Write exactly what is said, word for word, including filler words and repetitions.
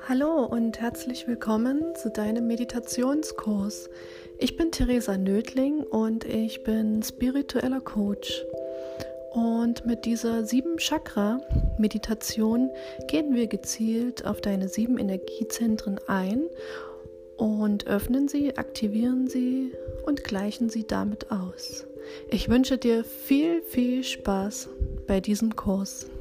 Hallo und herzlich willkommen zu deinem Meditationskurs. Ich bin Theresa Nödling und ich bin spiritueller Coach. Und mit dieser sieben Chakra-Meditation gehen wir gezielt auf deine sieben Energiezentren ein und öffnen sie, aktivieren sie und gleichen sie damit aus. Ich wünsche dir viel, viel Spaß bei diesem Kurs.